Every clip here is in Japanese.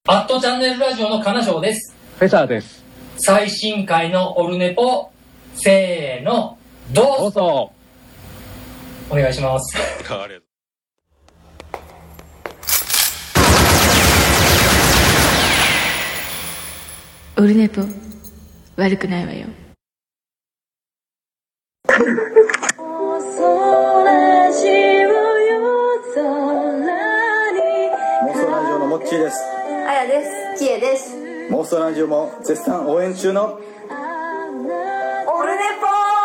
アットチャンネルラジオの金賞です。 フェザーです。 最新回のオルネポ、せーの、どうぞ。お願いします。 オルネポ、悪くないわよ。 妄想ラジオのモッチーです。 あやです。キエです。 妄想ラジオも絶賛応援中のオルネポ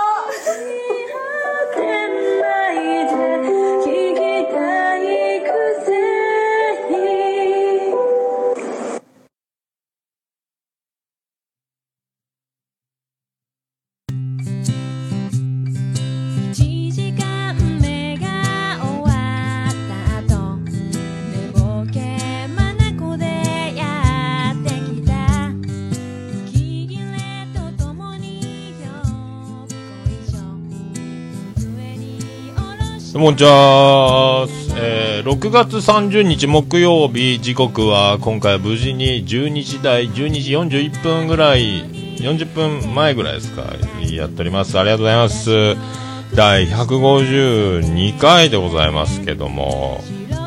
こんにちは。6月30日木曜日、時刻は今回無事に12時41分ぐらい、40分前ぐらいですか、やっております。ありがとうございます。第152回でございますけども、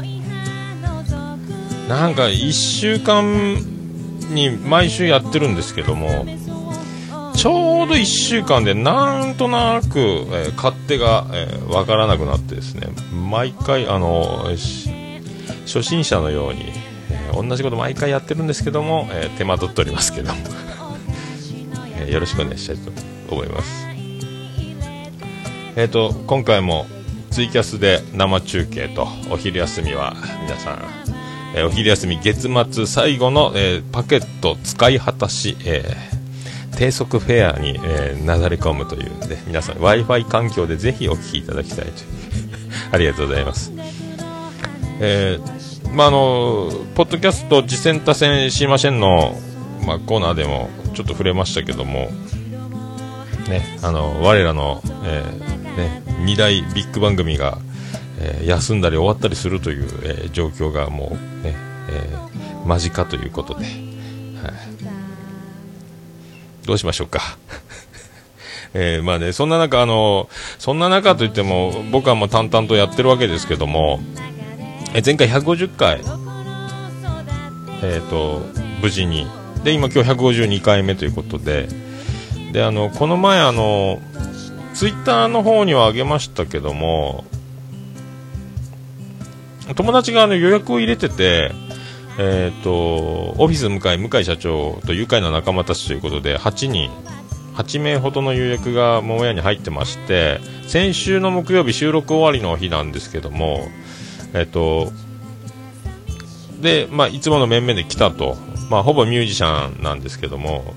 なんか1週間に毎週やってるんですけども、ちょうど1週間でなんとなく、勝手がわからなくなってですね、毎回初心者のように、同じこと毎回やってるんですけども、手間取っておりますけども、よろしくお願いしたいと思います。今回もツイキャスで生中継と、お昼休みは皆さん、お昼休み月末最後の、パケット使い果たし、低速フェアに、なだれ込むというので、皆さん Wi-Fi 環境でぜひお聞きいただきたいというありがとうございます。ポッドキャスト次戦多戦しませんの、コーナーでもちょっと触れましたけどもね、我らの、2大ビッグ番組が、休んだり終わったりするという、状況がもうね、間近ということで、はい、どうしましょうか。そんな中といっても僕はもう淡々とやってるわけですけども、前回150回無事にで、今日152回目ということで、この前ツイッターの方にはあげましたけども、友達が予約を入れてて、オフィス向井社長と愉快な仲間たちということで8名ほどの予約がもう親に入ってまして、先週の木曜日収録終わりの日なんですけども、で、いつもの面々で来たと、ほぼミュージシャンなんですけども、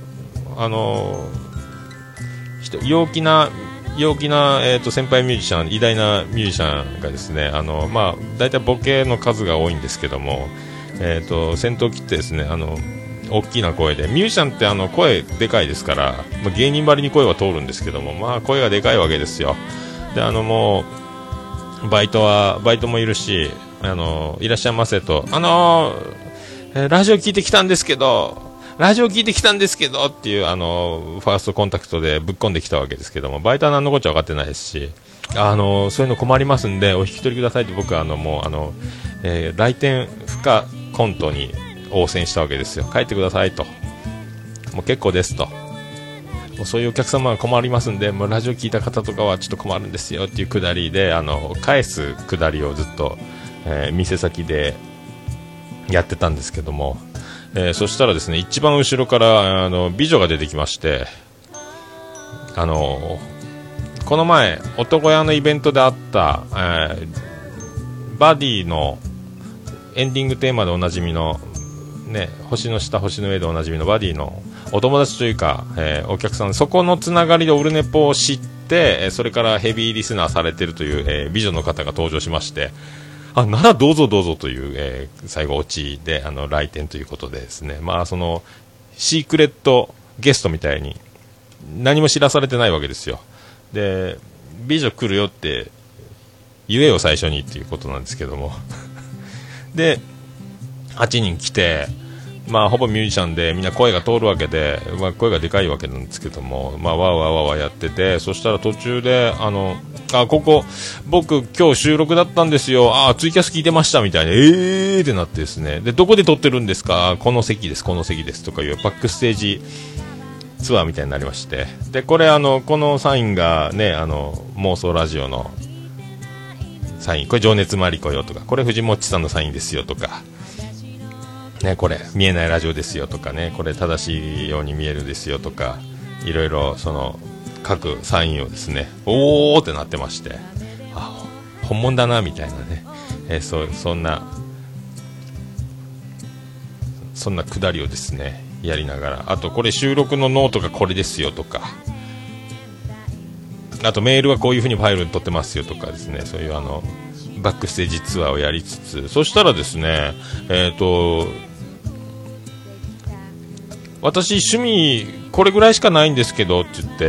陽気な先輩ミュージシャン、偉大なミュージシャンがですね、だいたいボケの数が多いんですけども、先頭切ってですね、大きな声で、ミュージシャンって声でかいですから、芸人ばりに声は通るんですけども、声がでかいわけですよ。で、もうバイトもいるし、いらっしゃいませと、ラジオ聞いてきたんですけどっていう、ファーストコンタクトでぶっ込んできたわけですけども、バイトは何のこっちゃ分かってないですし、そういうの困りますんでお引き取りくださいって僕はもう来店不可コントに応戦したわけですよ。帰ってくださいと、もう結構ですと、もうそういうお客様が困りますんで、もうラジオ聞いた方とかはちょっと困るんですよっていうくだりで、返すくだりをずっと、店先でやってたんですけども、そしたらですね、一番後ろから美女が出てきまして、この前男屋のイベントであった、バディのエンディングテーマでおなじみの、ね、星の下星の上でおなじみのバディのお友達というか、お客さん、そこのつながりでオルネポを知って、それからヘビーリスナーされているという、美女の方が登場しまして、ならどうぞどうぞという、最後オチで来店ということでですね、そのシークレットゲストみたいに何も知らされてないわけですよ。で、美女来るよって言えよ最初にっていうことなんですけどもで8人来て、 まあほぼミュージシャンでみんな声が通るわけで、まあ、声がでかいわけなんですけども、まあわーわーわーわーやってて、そしたら途中でここ僕今日収録だったんですよ、ツイキャス聞いてましたみたいな、ってなってですね、でどこで撮ってるんですか、この席ですとかいうバックステージツアーみたいになりまして、でこれこのサインがね、妄想ラジオのサイン、これ情熱マリコよとか、これ藤もっちさんのサインですよとかね、これ見えないラジオですよとかね、これ正しいように見えるですよとか、いろいろその各サインをですね、おーってなってまして、本物だなみたいなね、そんなくだりをですねやりながら、あとこれ収録のノートがこれですよとか、あとメールはこういう風にファイルに取ってますよとかですね、そういうバックステージツアーをやりつつ、そしたらですね、私趣味これぐらいしかないんですけどって言って、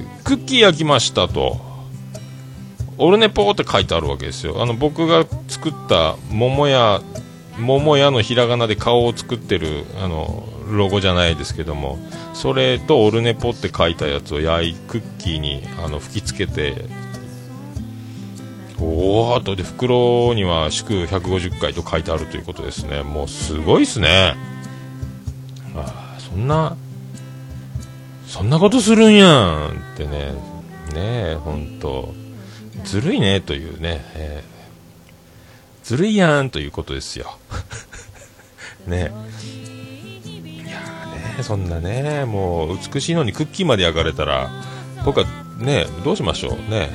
クッキー焼きましたとオルネポって書いてあるわけですよ。僕が作った桃屋のひらがなで顔を作ってるロゴじゃないですけども、それとオルネポって書いたやつをクッキーに吹き付けて、あとで袋には祝150回と書いてあるということですね。もうすごいですね。そんなことするんやんってね、本当ずるいねというね、ずるいやんということですよね。いやね、そんなね、もう美しいのにクッキーまで焼かれたら僕はね、どうしましょうね。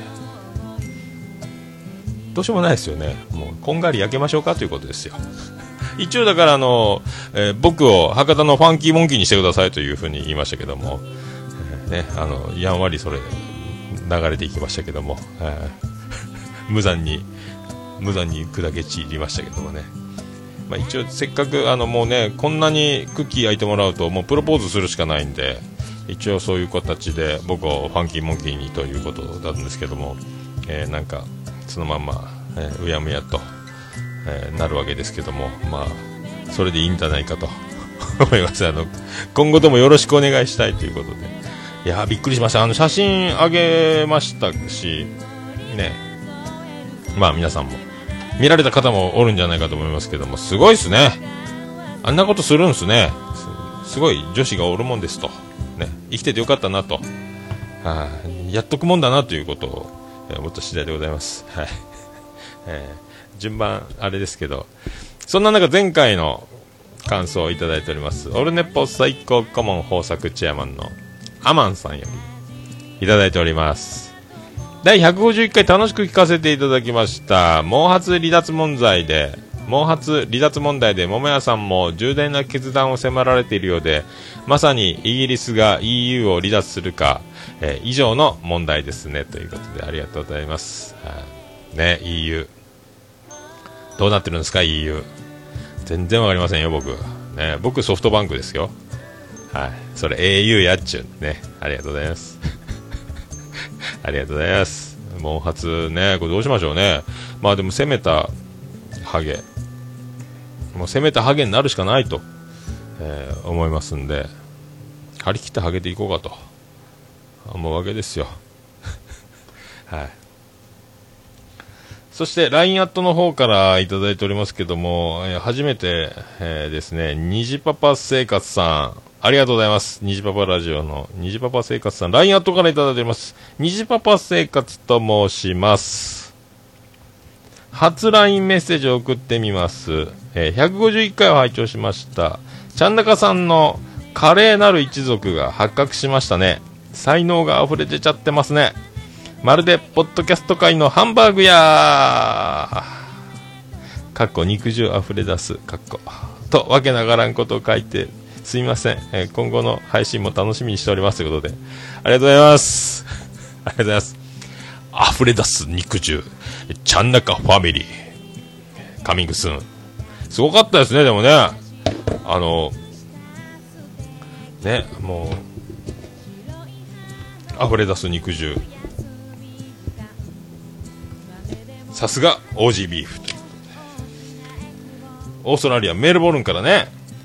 どうしようもないですよね。もうこんがり焼けましょうかということですよ一応だから僕を博多のファンキーモンキーにしてくださいというふうに言いましたけども、やんわりそれ流れていきましたけども、無残に砕け散りましたけどもね、まあ、一応せっかくもうね、こんなにクッキー焼いてもらうともうプロポーズするしかないんで、一応そういう形で僕をファンキーモンキーにということなんですけども、なんかそのまんま、うやむやと、なるわけですけども、まあそれでいいんじゃないかと思います。今後ともよろしくお願いしたいということで、いやびっくりしました。写真あげましたしね、まあ皆さんも見られた方もおるんじゃないかと思いますけども、すごいですね。あんなことするんですね。すごい女子がおるもんですと、ね、生きててよかったなと、やっとくもんだなということを思った次第でございます。はい、順番あれですけど、そんな中前回の感想をいただいております。オルネポ最高顧問豊作チェアマンのアマンさんよりいただいております。第151回楽しく聞かせていただきました。毛髪離脱問題で桃屋さんも重大な決断を迫られているようで、まさにイギリスが EU を離脱するか、以上の問題ですねということで、ありがとうございます。ね、EU どうなってるんですか。 EU 全然わかりませんよ僕、ね、僕ソフトバンクですよ。はい、それ au やっちゅうね。ありがとうございますありがとうございます。毛髪ね、これどうしましょうね。まあでも攻めたハゲになるしかないと、思いますんで、張り切ってハゲていこうかと思うわけですよはい。そして LINE アットの方からいただいておりますけども、初めて、ですね、虹パパ生活さん、ありがとうございます。虹パパラジオの虹パパ生活さん、 LINE アットからいただいております。虹パパ生活と申します。初 LINE メッセージを送ってみます。151回を拝聴しました。ちゃんなかさんの華麗なる一族が発覚しましたね。才能が溢れ出ちゃってますね。まるでポッドキャスト界のハンバーグやーかっこ肉汁溢れ出すかっことわけながらんことを書いてすみません。今後の配信も楽しみにしておりますということで、ありがとうございますありがとうございます。溢れ出す肉汁ちゃんなかファミリーカミングスーン、すごかったですね。でもね、ね、もう溢れ出す肉汁、さすが OG ビーフ。オーストラリアメルボルンからね、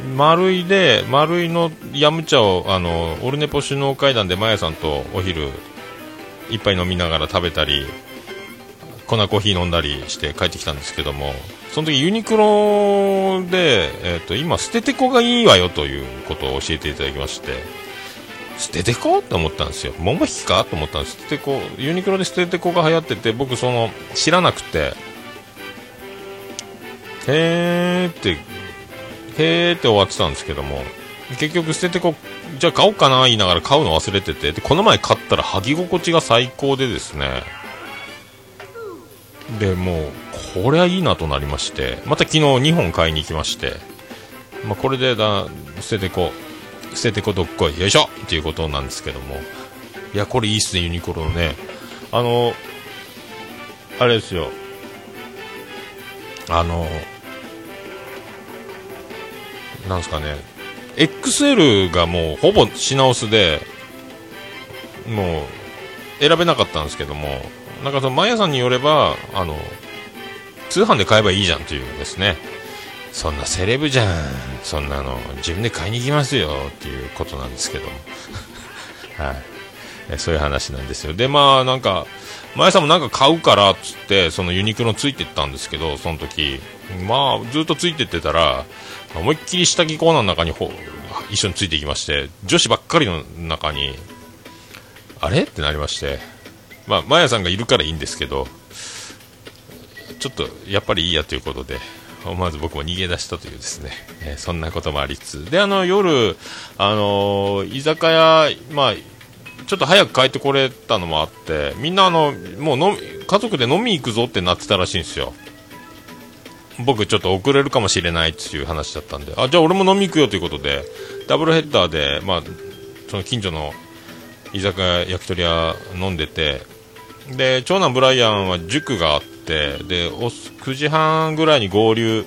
丸井のヤムチャをオルネポ首脳会談でマヤさんとお昼一杯飲みながら食べたり粉コーヒー飲んだりして帰ってきたんですけども、その時ユニクロで、今捨ててこがいいわよということを教えていただきまして、捨ててこって思ったんですよ。桃引きかと思ったんです。捨ててこ、ユニクロで捨ててこが流行ってて、僕知らなくて、へーって終わってたんですけども、結局捨ててこ、じゃあ買おうかな言いながら買うの忘れてて、でこの前買ったら履き心地が最高でですね、でもうこれはいいなとなりまして、また昨日2本買いに行きまして、これで捨ててこどっこいよいしょっていうことなんですけども、いやこれいいっすね、ユニクロのね、あれですよ、なんですかね、XL がもうほぼ品薄でもう選べなかったんですけども、なんかそのマヤさんによれば通販で買えばいいじゃんというですね、そんなセレブじゃん、そんなの自分で買いに行きますよっていうことなんですけどもはい、そういう話なんですよ。でなんかマヤさんもなんか買うからっつってそのユニクロついてったんですけど、その時ずっとついてってたら思いっきり下着コーナーの中に一緒についていきまして、女子ばっかりの中にあれってなりまして、マヤさんがいるからいいんですけど、ちょっとやっぱりいいやということで思わず僕も逃げ出したというですね、そんなこともありつつで、夜居酒屋ちょっと早く帰ってこれたのもあって、みんなもう家族で飲み行くぞってなってたらしいんですよ。僕ちょっと遅れるかもしれないっていう話だったんで、じゃあ俺も飲み行くよということでダブルヘッダーでその近所の居酒屋焼き鳥屋飲んでて、で長男ブライアンは塾があって、で9時半ぐらいに合流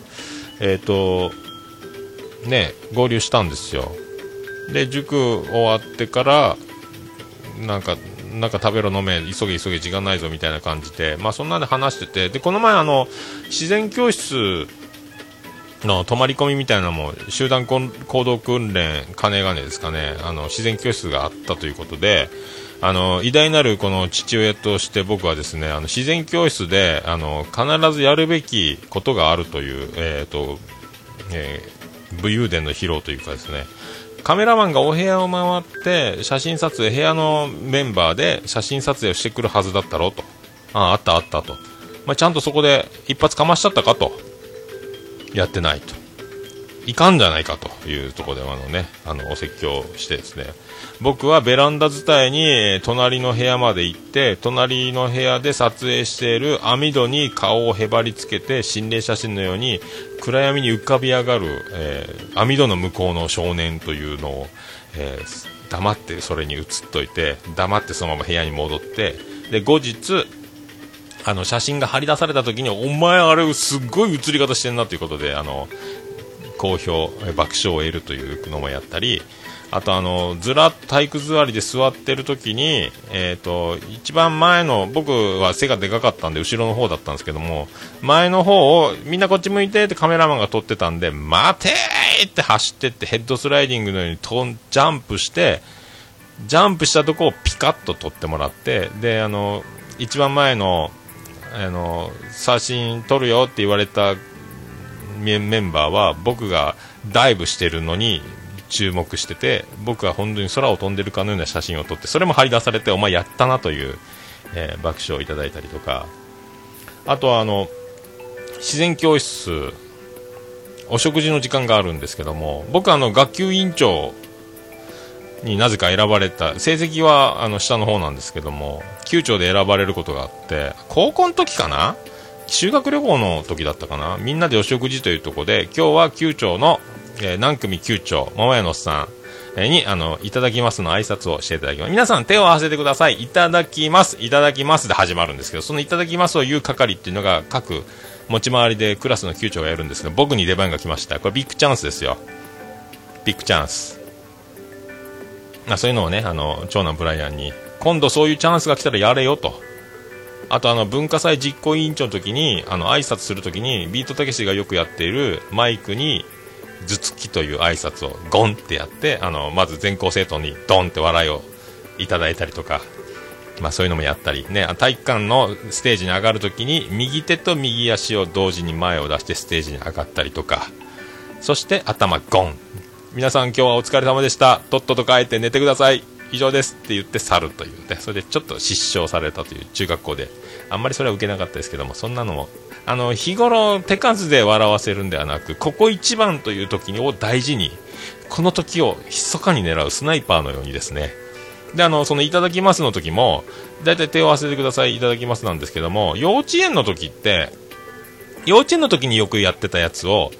合流したんですよ。で塾終わってからなんか食べろ飲め急げ時間ないぞみたいな感じで、そんなんで話してて、でこの前自然教室の泊まり込みみたいなのも集団行動訓練金ですかね、自然教室があったということで、偉大なるこの父親として僕はですね、自然教室で必ずやるべきことがあるという武勇伝の披露というかですね、カメラマンがお部屋を回って写真撮影、部屋のメンバーで写真撮影をしてくるはずだったろうと、あったと、ちゃんとそこで一発かましちゃったかと、やってないといかんじゃないかというところでお説教してですね、僕はベランダ伝いに隣の部屋まで行って、隣の部屋で撮影している網戸に顔をへばりつけて心霊写真のように暗闇に浮かび上がる、網戸の向こうの少年というのを、黙ってそれに映っといて、黙ってそのまま部屋に戻って、で後日写真が貼り出された時に、お前あれすっごい写り方してんなということで好評爆笑を得るというのもやったり、あとずらっと体育座りで座ってる時に、一番前の、僕は背がでかかったんで後ろの方だったんですけども、前の方をみんなこっち向いてってカメラマンが撮ってたんで、待てーって走ってってヘッドスライディングのようにジャンプしたとこをピカッと撮ってもらって、で一番前の写真撮るよって言われたメンバーは僕がダイブしてるのに注目してて、僕は本当に空を飛んでるかのような写真を撮って、それも張り出されてお前やったなという、爆笑をいただいたりとか、あとは自然教室お食事の時間があるんですけども、僕は学級委員長になぜか選ばれた、成績は下の方なんですけども、級長で選ばれることがあって、高校の時かな、修学旅行の時だったかな、みんなでお食事というところで、今日は級長の、南組級長桃屋のおっさんにいただきますの挨拶をしていただきます。皆さん手を合わせてください。いただきますいただきますで始まるんですけど、そのいただきますを言う係っていうのが各持ち回りでクラスの級長がやるんですけど、僕に出番が来ました。これビッグチャンスですよ、ビッグチャンス。そういうのをね、長男ブライアンに今度そういうチャンスが来たらやれよと、あと文化祭実行委員長の時に挨拶する時にビートたけしがよくやっているマイクに頭突きという挨拶をゴンってやって、まず全校生徒にドンって笑いをいただいたりとか、まあそういうのもやったりね、体育館のステージに上がるときに右手と右足を同時に前を出してステージに上がったりとか、そして頭ゴン、皆さん今日はお疲れ様でした、とっとと帰って寝てください、以上ですって言って去るというね、それでちょっと失笑されたという中学校で、あんまりそれは受けなかったですけども、そんなのも日頃手数で笑わせるんではなく、ここ一番という時を大事に、この時を密かに狙うスナイパーのようにですね。でそのいただきますの時もだいたい手を合わせてください、いただきますなんですけども、幼稚園の時によくやってたやつを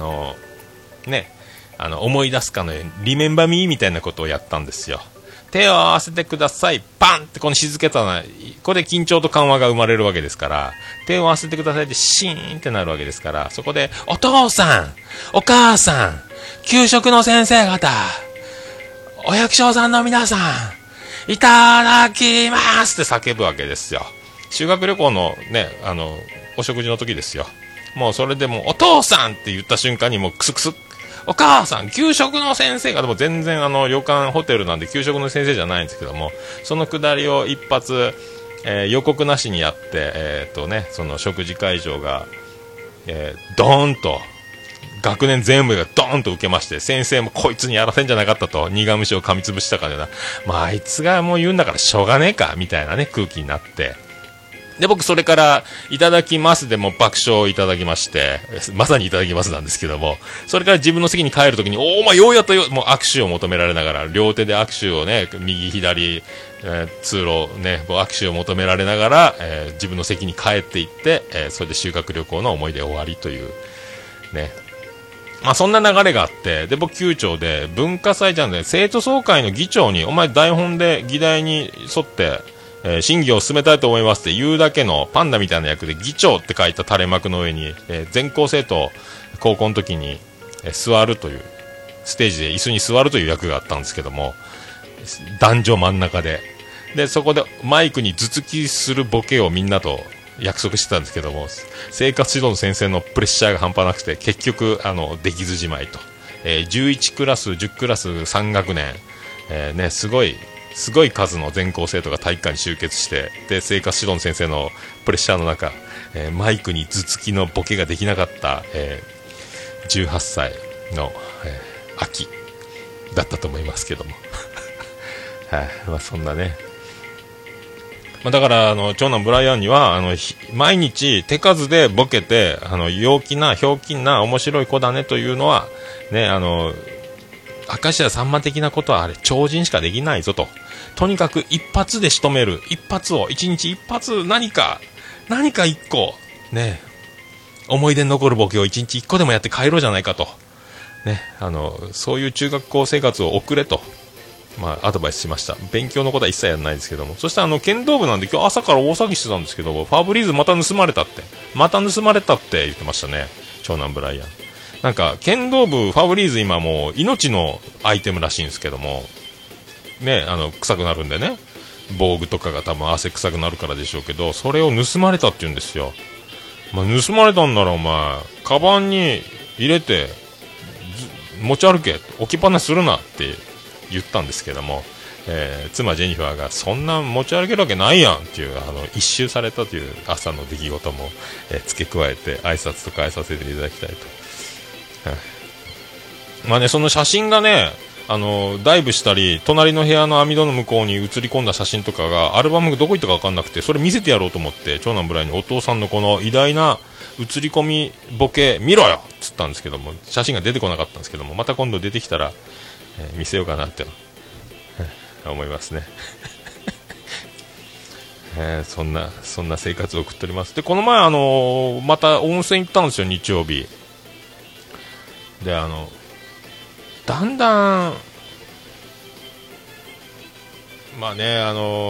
思い出すかのようにリメンバーミーみたいなことをやったんですよ。手を合わせてください、パンってこの静けさな、これで緊張と緩和が生まれるわけですから、手を合わせてくださいってシーンってなるわけですから、そこでお父さんお母さん給食の先生方お役所さんの皆さんいただきますって叫ぶわけですよ。修学旅行のねお食事の時ですよ。もうそれでもお父さんって言った瞬間にもうクスクス、お母さん給食の先生が、でも全然旅館ホテルなんで給食の先生じゃないんですけども、そのくだりを一発、予告なしにやって、その食事会場が、ドーンと学年全部がドーンと受けまして、先生もこいつにやらせんじゃなかったと苦虫を噛みつぶしたかのような、まああいつがもう言うんだからしょうがねえかみたいなね空気になって、で僕それからいただきますでも爆笑をいただきまして、まさにいただきますなんですけども、それから自分の席に帰るときにお前ようやったよ、もう握手を求められながら、両手で握手をね、右左、通路ね握手を求められながら、自分の席に帰っていって、それで修学旅行の思い出終わりというね、まあそんな流れがあって、で僕級長で文化祭じゃんで生徒総会の議長にお前台本で議題に沿って審議を進めたいと思いますって言うだけのパンダみたいな役で議長って書いた垂れ幕の上に、全校生徒高校の時に、座るというステージで椅子に座るという役があったんですけども、壇上真ん中でそこでマイクに頭突きするボケをみんなと約束してたんですけども、生活指導の先生のプレッシャーが半端なくて結局できずじまいと、11クラス10クラス3学年、ねすごい数の全校生徒が体育館に集結して、で生活指導の先生のプレッシャーの中、マイクに頭突きのボケができなかった、18歳の、秋だったと思いますけどもはい、まあ、そんなね、まあ、だから長男ブライアンには毎日手数でボケて陽気なひょうきんな面白い子だねというのはね、明石家さんま的なことはあれ超人しかできないぞと、とにかく一発で仕留める、一発を一日一発何か一個ね思い出に残るボケを一日一個でもやって帰ろうじゃないかとね、そういう中学校生活を送れと、まあ、アドバイスしました。勉強のことは一切やらないですけども、そして剣道部なんで今日朝から大騒ぎしてたんですけど、ファブリーズまた盗まれたって言ってましたね、長男ブライアン。なんか剣道部ファブリーズ今もう命のアイテムらしいんですけどもね、臭くなるんでね、防具とかが多分汗臭くなるからでしょうけど、それを盗まれたって言うんですよ。まあ、盗まれたんならお前カバンに入れて持ち歩け、置きっぱなしするなって言ったんですけども、妻ジェニファーがそんな持ち歩けるわけないやんっていう一周されたという朝の出来事も、付け加えて挨拶とかさせていただきたいと。まあね、その写真がねダイブしたり隣の部屋の網戸の向こうに映り込んだ写真とかがアルバムがどこ行ったか分かんなくて、それ見せてやろうと思って長男ブライにお父さんのこの偉大な映り込みボケ見ろよっつったんですけども、写真が出てこなかったんですけども、また今度出てきたら、見せようかなって思いますねそんな生活を送っております。でこの前また温泉行ったんですよ、日曜日で。だんだんまあね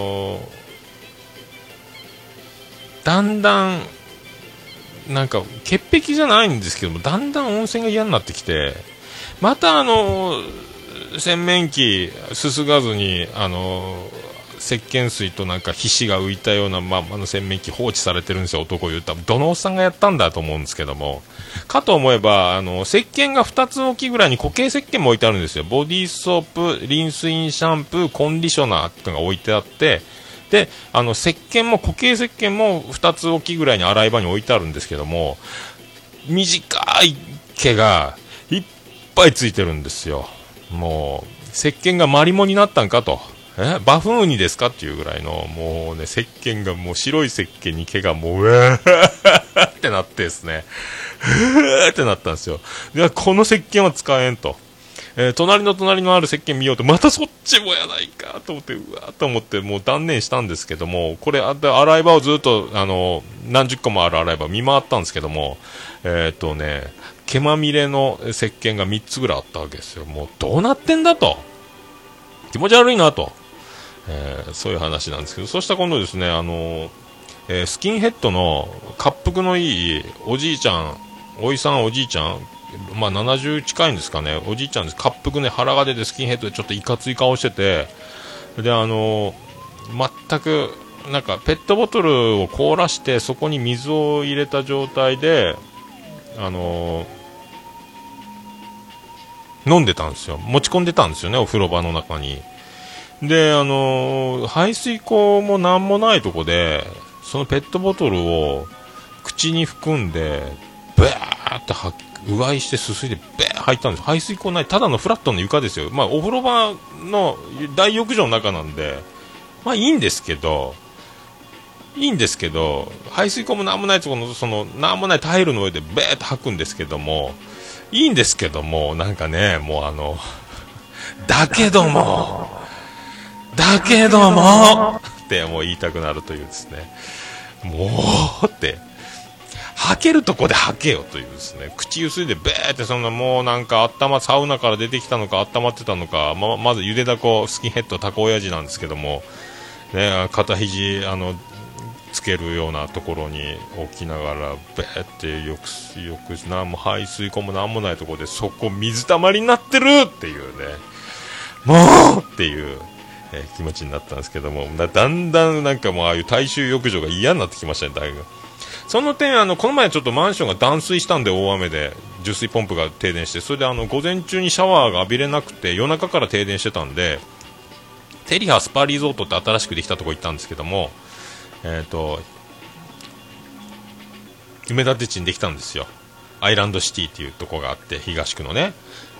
だんだんなんか潔癖じゃないんですけども、だんだん温泉が嫌になってきて、また洗面器すすがずに石鹸水となんか皮脂が浮いたようなままの洗面器放置されてるんですよ。男言ったらどのおっさんがやったんだと思うんですけども、かと思えば石鹸が2つ置きぐらいに固形石鹸も置いてあるんですよ。ボディーソープ、リンスインシャンプー、コンディショナーってのが置いてあって、で石鹸も固形石鹸も2つ置きぐらいに洗い場に置いてあるんですけども、短い毛がいっぱいついてるんですよ。もう石鹸がマリモになったんかと、バフンウニですかっていうぐらいの、もうね、石鹸がもう白い石鹸に毛がもううわーってなってですね、うわーってなったんですよ。でこの石鹸は使えんと、隣のある石鹸見ようと、またそっちもやないかと思って、うわーと思ってもう断念したんですけども、これ洗い場をずっと何十個もある洗い場見回ったんですけども、毛まみれの石鹸が3つぐらいあったわけですよ。もうどうなってんだと、気持ち悪いなと、そういう話なんですけど、そうした今度ですね、スキンヘッドの滑腹のいいおじいちゃん、おいさんおじいちゃん、まあ70近いんですかね、おじいちゃんです。滑腹ね、腹が出てスキンヘッドでちょっといかつい顔してて、で全くなんかペットボトルを凍らしてそこに水を入れた状態で飲んでたんですよ。持ち込んでたんですよね、お風呂場の中に。で排水口もなんもないとこでそのペットボトルを口に含んでバーってうがいしてすすいでバー入ったんです。排水口ない、ただのフラットの床ですよ。まあお風呂場の大浴場の中なんでまあいいんですけど排水口もなんもないところのそのなんもないタイルの上でバーって吐くんですけども、いいんですけども、なんかね、もうだけどもってもう言いたくなるというですね、もうって吐けるとこで吐けよというですね、口ゆすいでベーってそんなもうなんかサウナから出てきたのか温まってたのか、まずゆでだこスキンヘッドタコ親父なんですけども、ね、肩肘つけるようなところに置きながらベーってよくなんも排水口もなんもないところでそこ水たまりになってるっていうね、もうっていう気持ちになったんですけども、だんだんなんかもうああいう大衆浴場が嫌になってきましたね、だいぶ。その点この前ちょっとマンションが断水したんで、大雨で受水ポンプが停電して、それで午前中にシャワーが浴びれなくて夜中から停電してたんで、テリハスパリゾートって新しくできたとこ行ったんですけども、梅田地にできたんですよ。アイランドシティっていうとこがあって、東区のね、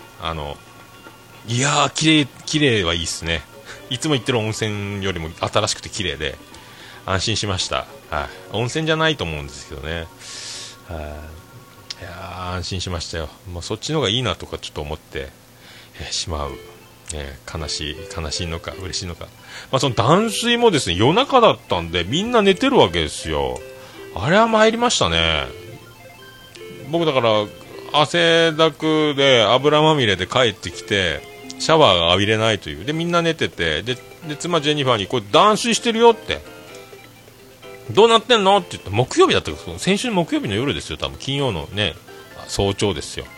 いやー綺麗はいいっすね。いつも行ってる温泉よりも新しくて綺麗で安心しました。はい、温泉じゃないと思うんですけどね。いや安心しましたよ。もうそっちの方がいいなとかちょっと思ってしまう。悲しいのか嬉しいのか、その断水もですね、夜中だったんでみんな寝てるわけですよ。あれは参りましたね。僕だから汗だくで油まみれで帰ってきてシャワーが浴びれないというで、みんな寝てて、で妻ジェニファーにこれ断水してるよって、どうなってんのって言って、木曜日だったから先週木曜日の夜ですよ、多分金曜のね早朝ですよ。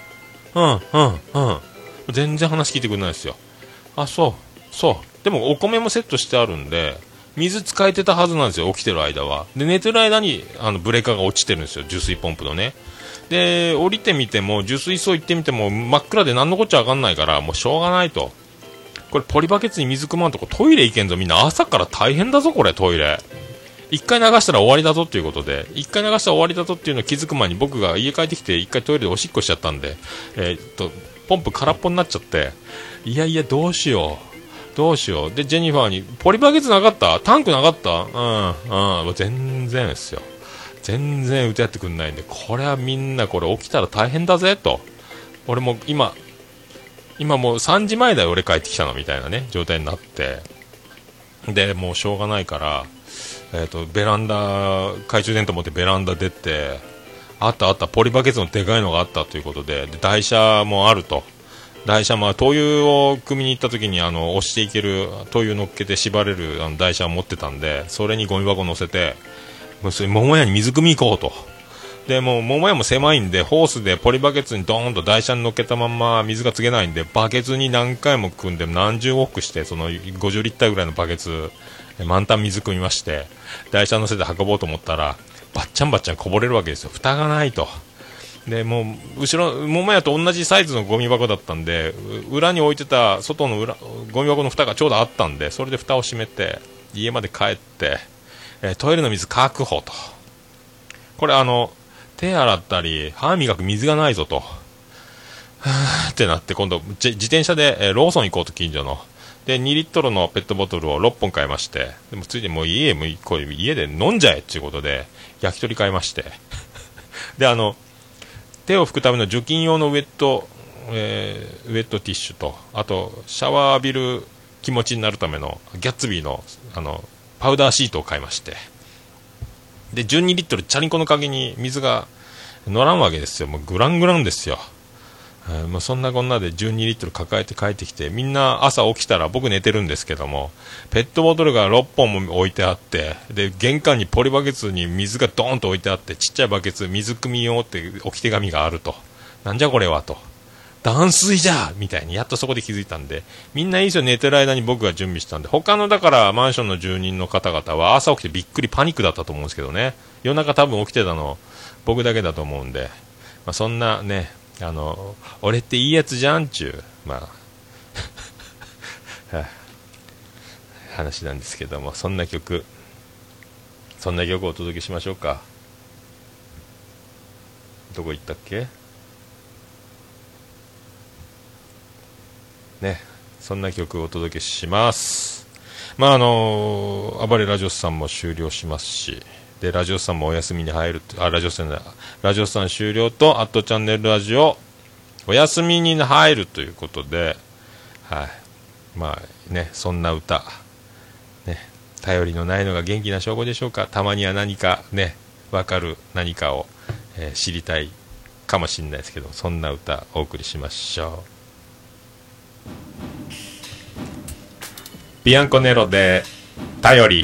全然話聞いてくれないですよ。そうでもお米もセットしてあるんで水使えてたはずなんですよ、起きてる間は。で寝てる間にブレーカーが落ちてるんですよ、受水ポンプのね。で降りてみても受水槽行ってみても真っ暗で何のこっちゃ分かんないから、もうしょうがないと、これポリバケツに水汲まんとこトイレ行けんぞ、みんな朝から大変だぞこれ、トイレ一回流したら終わりだぞということで、一回流したら終わりだぞっていうのを気づく前に僕が家帰ってきて一回トイレでおしっこしちゃったんで、ポンプ空っぽになっちゃって、いやどうしようでジェニファーにポリバケツなかった、タンクなかった、全然ですよ、全然歌ってくんないんで、これはみんなこれ起きたら大変だぜと。俺も今もう3時前だよ俺帰ってきたのみたいなね状態になって、でもうしょうがないからベランダ懐中電灯持ってベランダ出て、あったポリバケツのでかいのがあったということで、台車もあると。台車灯油を汲みに行った時に押していける灯油乗っけて縛れる台車を持ってたんで、それにゴミ箱乗せて桃屋に水汲み行こうと。 でもう桃屋も狭いんでホースでポリバケツにドーンと台車に乗っけたまんま水がつげないんで、バケツに何回も汲んで何十往復して、その50リッターぐらいのバケツ満タン水汲みまして、台車乗せて運ぼうと思ったらバッチャンバッチャンこぼれるわけですよ。蓋がないと。でもう後ろ桃屋と同じサイズのゴミ箱だったんで、裏に置いてた外のゴミ箱の蓋がちょうどあったんで、それで蓋を閉めて家まで帰って、トイレの水確保と。これ手洗ったり歯磨く水がないぞとってなって、今度自転車で、ローソン行こうと、近所ので2リットルのペットボトルを6本買いまして、でもついでもう家で飲んじゃえっていうことで焼き鳥買いましてで手を拭くための除菌用のウェットティッシュと、あとシャワー浴びる気持ちになるためのギャッツビーのパウダーシートを買いまして、で12リットルチャリンコの陰に水が乗らんわけですよ。もうグラングランですよ。もうそんなこんなで12リットル抱えて帰ってきて、みんな朝起きたら僕寝てるんですけども、ペットボトルが6本も置いてあって、で玄関にポリバケツに水がドーンと置いてあって、ちっちゃいバケツ水汲み用って置き手紙があると、なんじゃこれはと、断水じゃみたいにやっとそこで気づいたんで、みんないいですよ。寝てる間に僕が準備したんで、他のだからマンションの住人の方々は朝起きてびっくりパニックだったと思うんですけどね、夜中多分起きてたの僕だけだと思うんで、そんなね、俺っていいやつじゃんちゅう、話なんですけども、そんな曲をお届けしましょうか。どこ行ったっけね、そんな曲をお届けします。暴れラジオスさんも終了しますし、でラジオスさんもお休みに入る、ラジオスさん終了と、アットチャンネルラジオお休みに入るということで、はい、そんな歌ね、頼りのないのが元気な証拠でしょうか。たまには何かね、分かる何かを、知りたいかもしれないですけど、そんな歌お送りしましょう。ビアンコネロで頼り。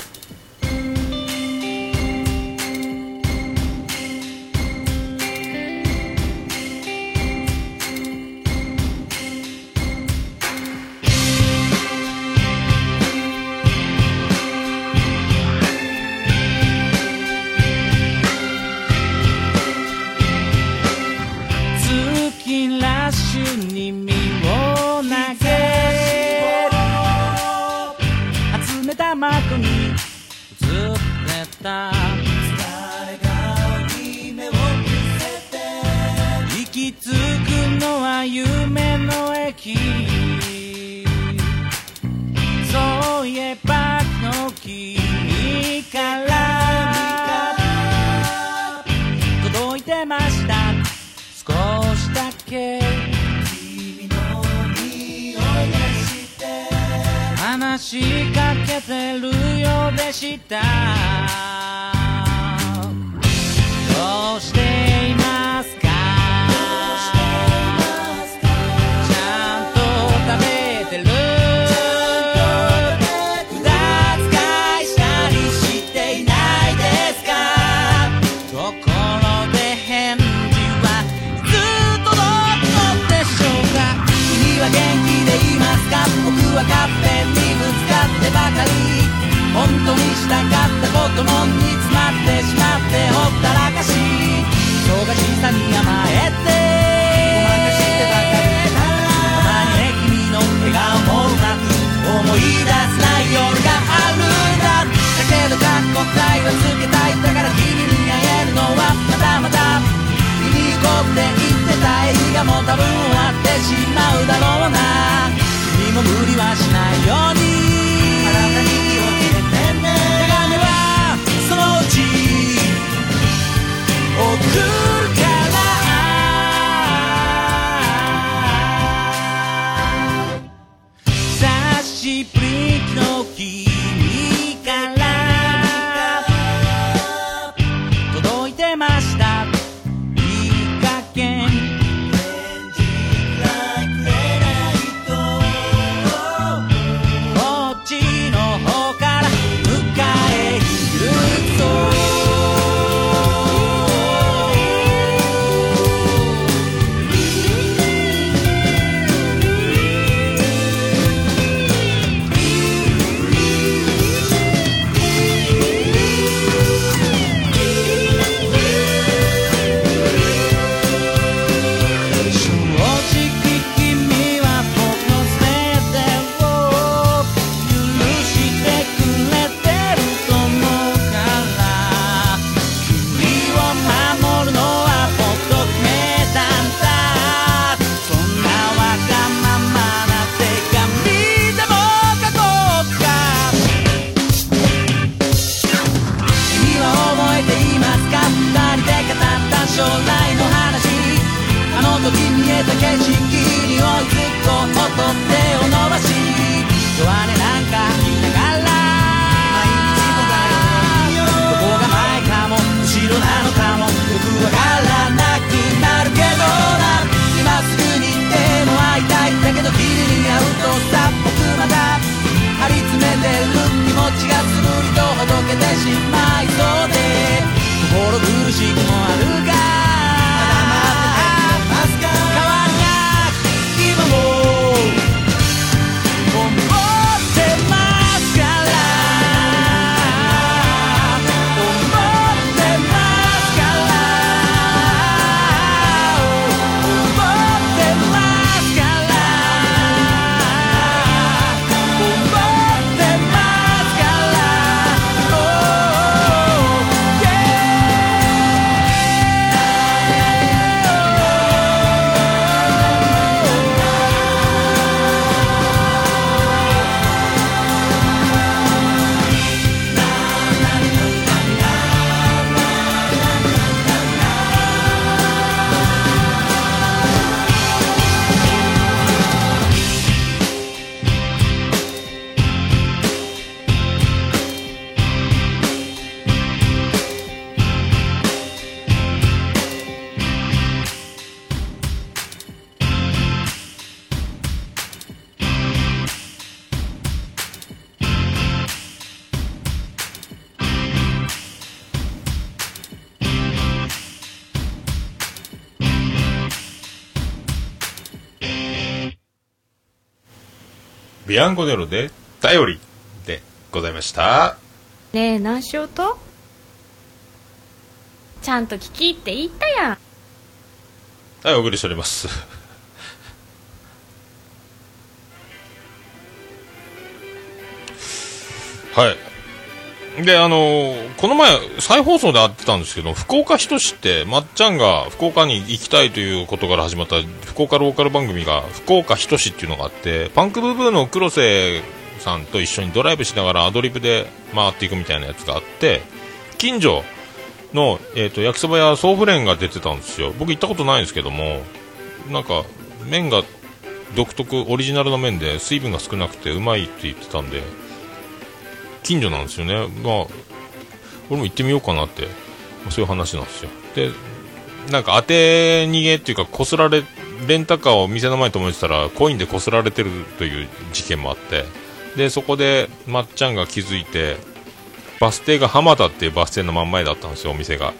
話しかけてるようでした。どうしていますか？ちゃんと食べてる？無駄遣いしたりしていないですか？ところで返事はいつ届くのでしょうか？君は元気でいますか？僕はカッペにぶつかってばかり、本当にしたかったことも煮詰まってしまってほったらかし、忙しさに甘えてごまかしてばかり、たまにね君の笑顔もうまく思い出せない夜があるんだ。だけどかっこたいはつけたい、だから君に会えるのはまだまだ、見に行こうって言ってた映画も多分終わってしまうだろうな。君も無理はしないように、あなたに気をつけてね。鏡はそのうち送るから、久しぶりの君から届いてました。いい加減ビアンコネロで頼りでございました。 ねえ、何しようと？ちゃんと聞きって言ったやん。 はい、お送りしております。はい。で、この前、再放送で会ってたんですけど、福岡ひとしって、まっちゃんが福岡に行きたいということから始まった福岡ローカル番組が、福岡ひとしっていうのがあって、パンクブーブーの黒瀬さんと一緒にドライブしながらアドリブで回っていくみたいなやつがあって、近所の、焼きそば屋ソーフレンが出てたんですよ。僕行ったことないんですけども、なんか、麺が独特、オリジナルの麺で水分が少なくてうまいって言ってたんで、近所なんですよね。まあ俺も行ってみようかなって、そういう話なんですよ。で、なんか当て逃げっていうか、こすられ、レンタカーを店の前に止めてたらコインでこすられてるという事件もあって、でそこでまっちゃんが気づいて、バス停が浜田っていうバス停の真ん前だったんですよ。お店が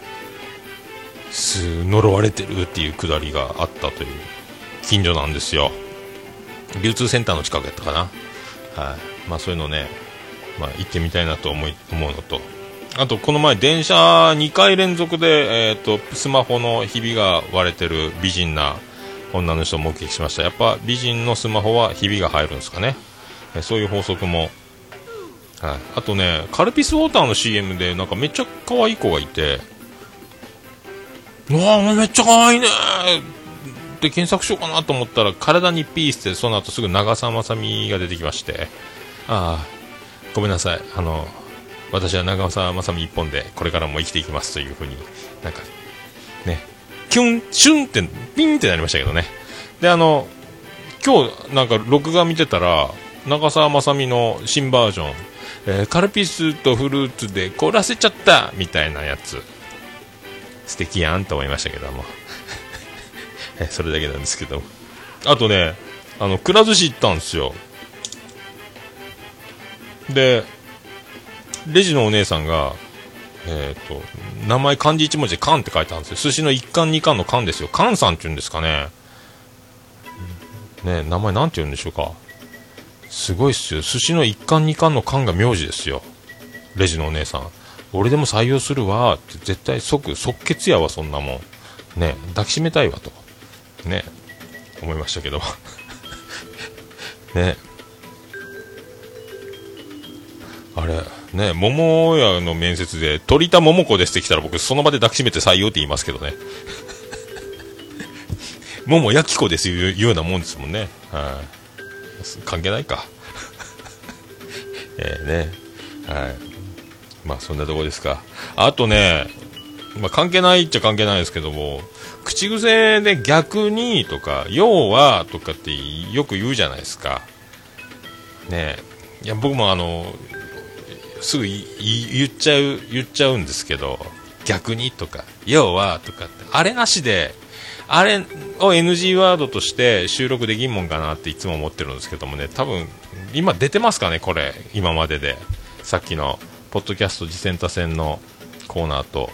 呪われてるっていうくだりがあったという近所なんですよ。流通センターの近くやったかな。はい、まあそういうのね、まあ、行ってみたいなと思うのと、あとこの前電車2回連続で、スマホのひびが割れてる美人な女の人を目撃しました。やっぱ美人のスマホはひびが入るんですかね。そういう法則も、はい、あとね、カルピスウォーターの CM でなんかめっちゃ可愛い子がいて、うわーめっちゃ可愛いねって検索しようかなと思ったら、体にピースって、その後すぐ長澤まさみが出てきまして、ああごめんなさい、私は長澤まさみ一本でこれからも生きていきますというふうに、なんかね、キュンシュンってピンってなりましたけどね。で、今日なんか録画見てたら、長澤まさみの新バージョン、カルピスとフルーツで凍らせちゃったみたいなやつ、素敵やんと思いましたけどもそれだけなんですけど、あとね、くら寿司行ったんですよ。でレジのお姉さんが、名前漢字一文字でカンって書いてあるんですよ。寿司の一貫二貫のカンですよ。カンさんって言うんですかね。ね、名前なんて言うんでしょうか。すごいっすよ。寿司の一貫二貫のカンが名字ですよ。レジのお姉さん。俺でも採用するわって絶対即決やわ、そんなもん。ね、抱きしめたいわと。ね、思いましたけど。ね。あれね、桃屋の面接で鳥田桃子ですって来たら、僕その場で抱きしめて採用って言いますけどね桃やき子ですいうようなもんですもんね。はい、関係ないかね、はい、まあそんなとこですか。あとね、まあ、関係ないっちゃ関係ないですけども、口癖で逆にとか要はとかってよく言うじゃないですかね。いや僕もすぐ言っちゃうんですけど、逆にとか要はとかって、あれなしで、あれを NG ワードとして収録できんもんかなっていつも思ってるんですけどもね。多分今出てますかね、これ。今まででさっきのポッドキャスト次戦他戦のコーナーと、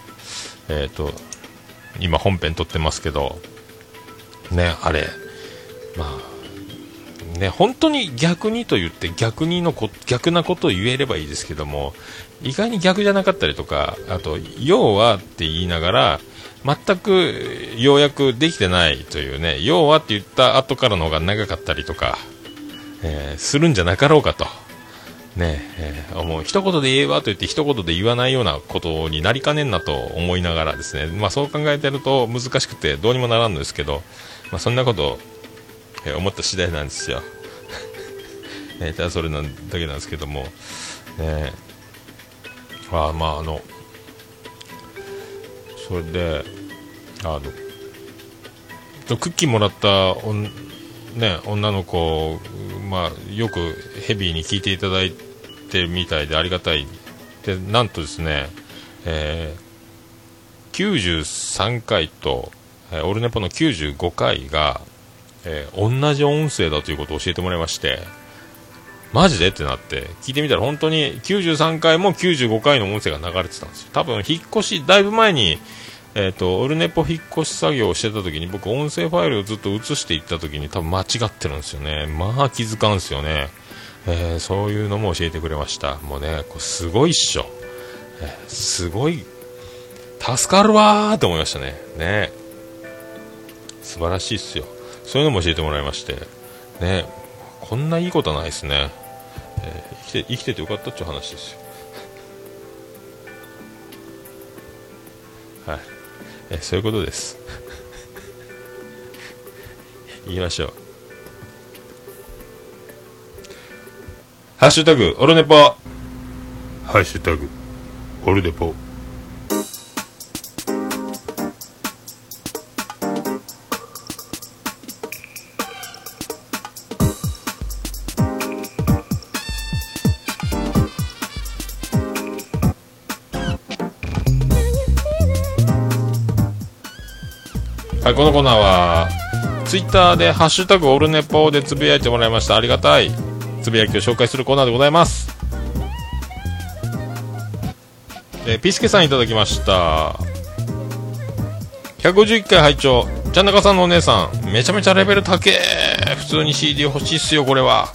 今本編撮ってますけどね、あれまあね、本当に逆にと言って逆なことを言えればいいですけども、意外に逆じゃなかったりとか、あと要はって言いながら全く要約できてないというね、要はって言った後からの方が長かったりとか、するんじゃなかろうかとね、もう一言で言えばと言って一言で言わないようなことになりかねんなと思いながらですね、まあそう考えてると難しくてどうにもならんのですけど、まあそんなこと思った次第なんですよただそれだけなんですけども、まあそれでクッキーもらった女の子、まあ、よくヘビーに聞いていただいてみたいでありがたいで、なんとですね、93回と、オルネポの95回が同じ音声だということを教えてもらいまして、マジでってなって聞いてみたら、本当に93回も95回の音声が流れてたんですよ。多分引っ越しだいぶ前に、オルネポ引っ越し作業をしてた時に、僕音声ファイルをずっと移していった時に多分間違ってるんですよね。まあ気づかんですよね。 そういうのも教えてくれました。もうね、これすごいっしょ。すごい、助かるわーって思いましたね。ね、素晴らしいっすよ。そういうのも教えてもらいまして、ね、こんないいことはないですね。生きててよかったっていう話ですよ。はい、そういうことです。言いましょう。ハッシュタグオルネポ、ハッシュタグオルネポ。はい、このコーナーはツイッターでハッシュタグオルネポでつぶやいてもらいました。ありがたいつぶやきを紹介するコーナーでございます。ピスケさんいただきました。151回拝聴。ちゃんなかさんのお姉さんめちゃめちゃレベル高え。普通に CD 欲しいっすよこれは。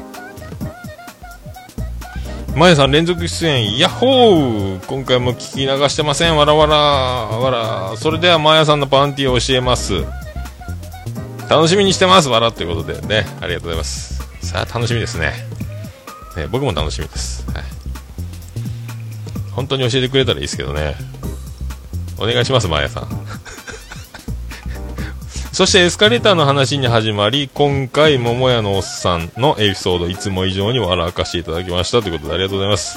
まやさん連続出演ヤッホー。今回も聞き流してません。わらわらわら。それではまやさんのパンティを教えます。楽しみにしてますわらということでね、ありがとうございます。さあ楽しみですね。僕も楽しみです、はい、本当に教えてくれたらいいですけどね。お願いしますまやさん。そしてエスカレーターの話に始まり、今回桃屋のおっさんのエピソードいつも以上に笑かしていただきましたということでありがとうございます。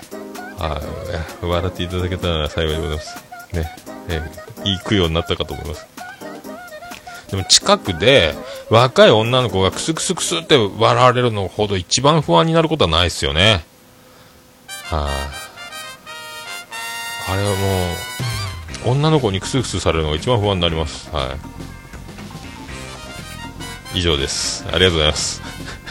笑っていただけたら幸いでございますね。いい供養になったかと思います。でも近くで若い女の子がクスクスクスって笑われるのほど一番不安になることはないですよね。あれはもう女の子にクスクスされるのが一番不安になります。はい、以上です。ありがとうございます。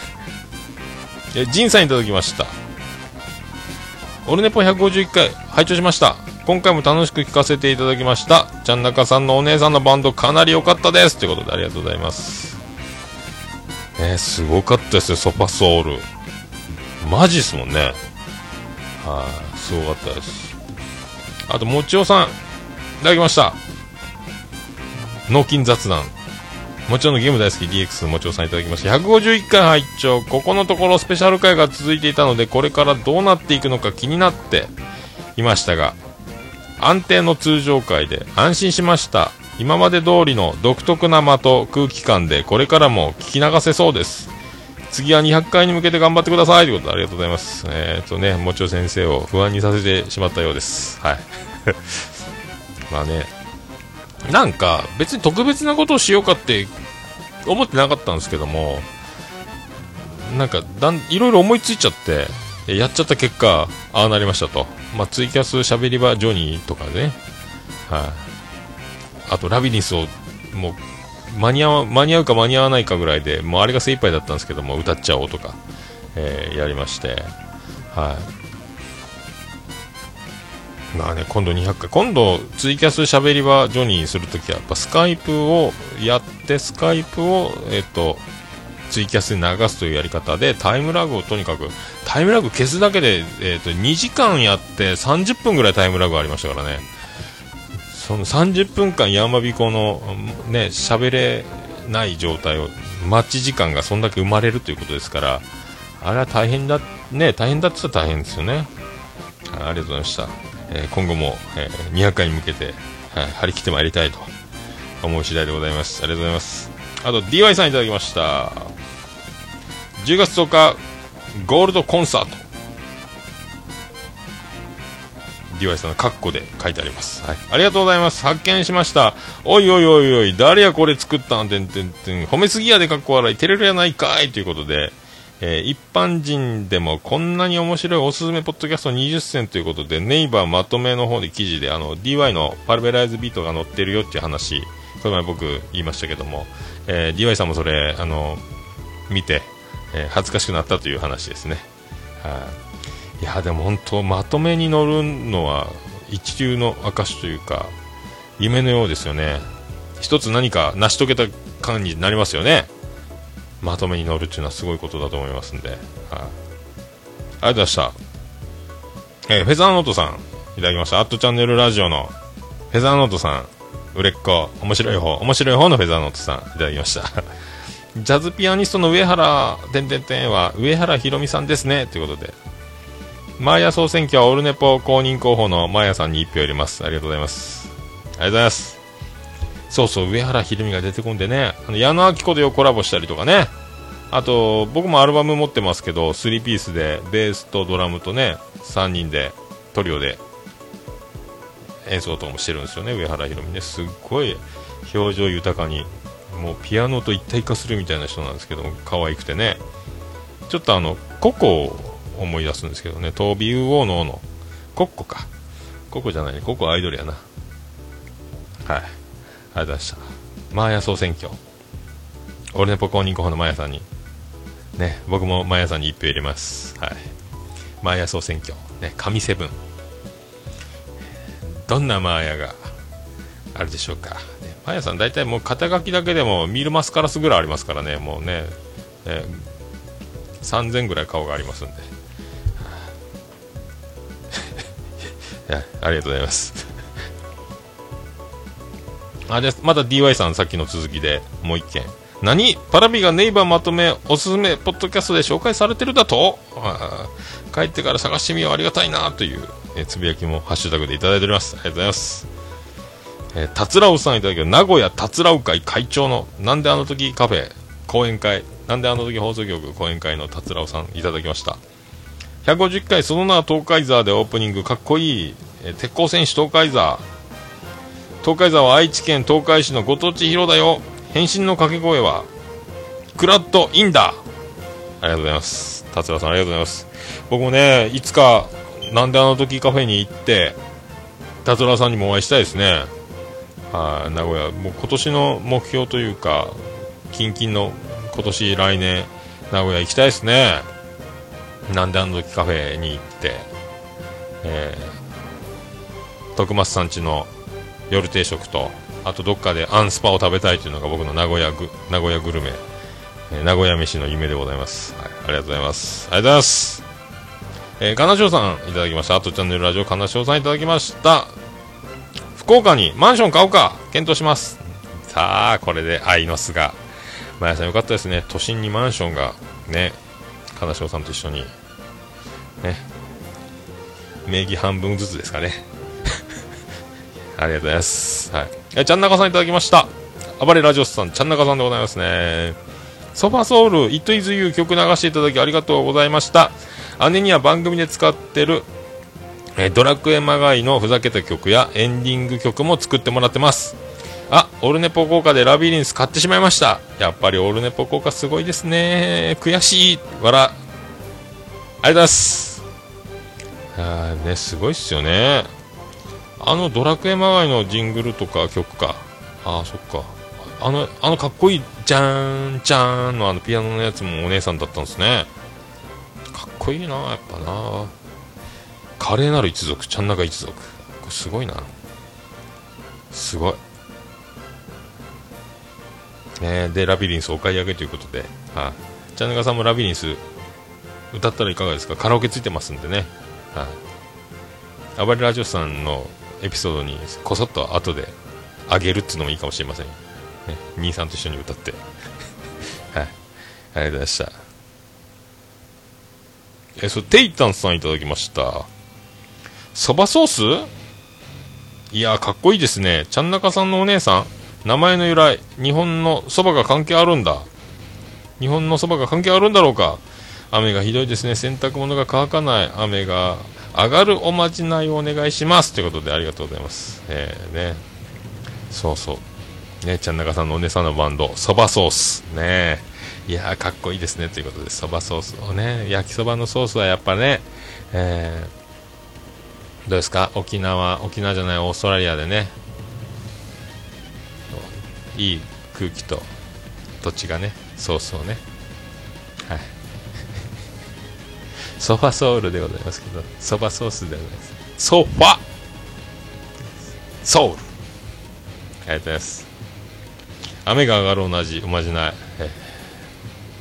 ジンさんいただきました。オルネポ151回拝聴しました。今回も楽しく聞かせていただきました。ちゃんなかさんのお姉さんのバンドかなり良かったですということでありがとうございます。すごかったですよ。ソパソウルマジっすもんね。すごかったです。あともちおさんいただきました。脳筋雑談もちろんのゲーム大好き DX もちおさんいただきました。151回拝聴。ここのところスペシャル回が続いていたので、これからどうなっていくのか気になっていましたが、安定の通常回で安心しました。今まで通りの独特な間と空気感でこれからも聞き流せそうです。次は200回に向けて頑張ってくださいということでありがとうございます。もちろ先生を不安にさせてしまったようです。はいまあね、なんか別に特別なことをしようかって思ってなかったんですけども、なんかいろいろ思いついちゃってやっちゃった結果ああなりましたと。ツイキャス喋り場ジョニーとかね、あとラビリンスをもう間に合うか間に合わないかぐらいで、もうあれが精一杯だったんですけども、歌っちゃおうとか、やりまして、まあね、今度200回、今度ツイキャス喋り場ジョニーするときはやっぱスカイプをやって、スカイプをツイキャスに流すというやり方で、タイムラグをとにかくタイムラグ消すだけで、2時間やって30分ぐらいタイムラグありましたからね。その30分間やまびこのね喋れない状態を待ち時間がそんだけ生まれるということですから、あれは大変だね。大変だって言ったら大変ですよね。ありがとうございました。今後も、200回に向けて、張り切ってまいりたいと思う次第でございます。ありがとうございます。あと DY さんいただきました。10月10日ゴールドコンサート、 DY さんのカッコで書いてあります、ありがとうございます。発見しました。おいおいおいおい、誰やこれ作ったんてんてんてん、褒めすぎやでかっこ笑い、照れるやないかいということで、一般人でもこんなに面白いおすすめポッドキャスト20選ということで、ネイバーまとめの方で記事でDY のパルベライズビートが載ってるよっていう話、この前僕言いましたけども、DY さんもそれ見て、恥ずかしくなったという話ですね。いやでも本当まとめに載るのは一流の証というか夢のようですよね。一つ何か成し遂げた感になりますよね。 まとめに乗るっていうのはすごいことだと思いますんで、はい、ありがとうございました。フェザーノートさんいただきました。アットチャンネルラジオのフェザーノートさん、売れっ子、面白い方のフェザーノートさんいただきましたジャズピアニストの上原は上原ひろみさんですねということで、マーヤ総選挙はオルネポ公認候補のマーヤさんに1票入れます。ありがとうございます。ありがとうございます。そうそう、上原ひろみが出てこんでね、矢野明子でコラボしたりとかね、あと僕もアルバム持ってますけど3ピースでベースとドラムとね3人でトリオで演奏とかもしてるんですよね、上原ひろみね。すっごい表情豊かに、もうピアノと一体化するみたいな人なんですけど、可愛くてね、ちょっとココを思い出すんですけどね、トービーウオーノのコッコか、ココじゃないね、ココアイドルやな。はい、ありがとうございました。マーヤ総選挙、オルネポ公認候補のマーヤさんにね、僕もマーヤさんに1票入れます。はい、マーヤ総選挙ね、神セブン、どんなマーヤがあるでしょうか、ね、マーヤさん大体もう肩書きだけでもミルマスカラスぐらいありますからね、もうね、3000ぐらい顔がありますんでいや、ありがとうございますでまた DY さんさっきの続きでもう一件、何パラビがネイバーまとめおすすめポッドキャストで紹介されてるだと、帰ってから探してみよう、ありがたいなという、つぶやきもハッシュタグでいただいております。ありがとうございます。たつらうさんいただきます。名古屋たつらう会会長のなんであの時カフェ講演会、なんであの時放送局講演会のたつらうさんいただきました。150回その名は東海座でオープニング、かっこいい、鉄鋼戦士東海座。東海座は愛知県東海市のご当地ヒーローだよ。変身の掛け声はクラッドインダー。ありがとうございます。達郎さんありがとうございます。僕もね、いつかなんであの時カフェに行って達郎さんにもお会いしたいですね。名古屋、もう今年の目標というか、近々の今年来年名古屋行きたいですね。なんであの時カフェに行って、徳松さんちの夜定食と、あとどっかでアンスパを食べたいというのが僕の名古屋グルメ、名古屋飯の夢でございます。はい、ありがとうございます。ありがとうございます。金賞さんいただきました。あとチャンネルラジオ金賞さんいただきました。福岡にマンション買おうか検討します。さあこれで愛の巣が、まやさんよかったですね。都心にマンションがね、金賞さんと一緒にね、名義半分ずつですかねありがとうございます。はい、ちゃんなかさんいただきました。暴れラジオスさん、ちゃんなかさんでございますね。ソファソウル It is you 曲流していただきありがとうございました。姉には番組で使ってる、ドラクエマガイのふざけた曲やエンディング曲も作ってもらってます。オルネポ効果でラビリンス買ってしまいました。やっぱりオルネポ効果すごいですね。悔しいわら。ありがとうございます。ね、すごいっすよね。ドラクエマガイのジングルとか曲か。そっか。かっこいいじゃーんじゃーんのピアノのやつもお姉さんだったんですね。かっこいいな、やっぱな。華麗なる一族、ちゃんなか一族。これすごいな。すごい。で、ラビリンスお買い上げということで、ちゃんなかさんもラビリンス歌ったらいかがですか。カラオケついてますんでね。暴れラジオさんのエピソードにこそっと後であげるっていうのもいいかもしれません、ね、兄さんと一緒に歌ってはい、ありがとうございました。テイタンさんいただきました。そばソース、いやかっこいいですね。ちゃんなかさんのお姉さん、名前の由来、日本のそばが関係あるんだ。日本のそばが関係あるんだろうか。雨がひどいですね。洗濯物が乾かない。雨が上がるおまじないをお願いしますということでありがとうございます。ね、そうそうね、ちゃんなかさんのお姉さんのバンドそばソースね、いやかっこいいですねということで、そばソースをね、焼きそばのソースはやっぱね、どうですか。沖縄じゃない、オーストラリアでね、いい空気と土地がね、ソースをね、はいソファソウルでございますけど、ソバソースでございます。ソファソウル、ありがとうございます。雨が上がるおまじない、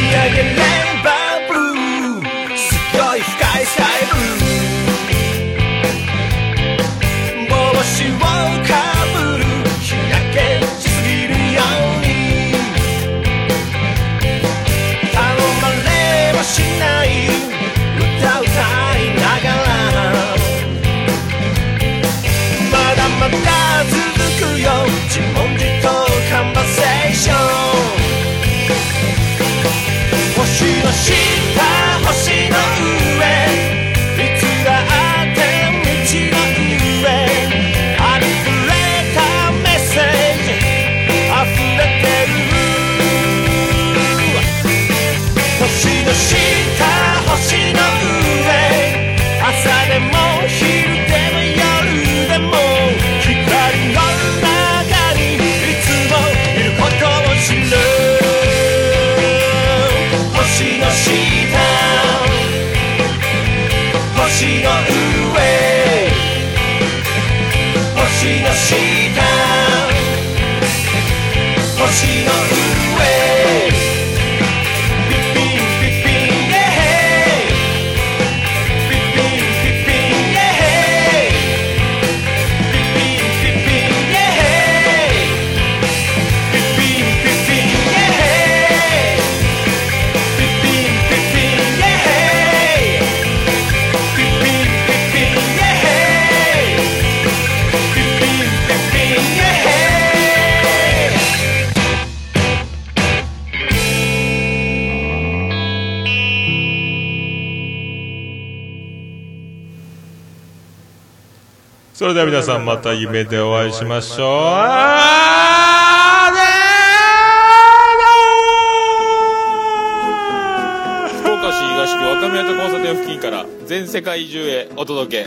それでは皆さんまた夢でお会いしましょう。 福岡市東区若宮と交差点付近から全世界中へお届け、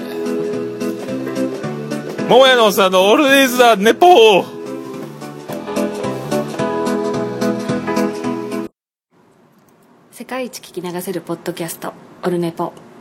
桃屋のおっさんのオールディーズ・ザ・ネポー。 世界一聞き流せるポッドキャストオルネポ。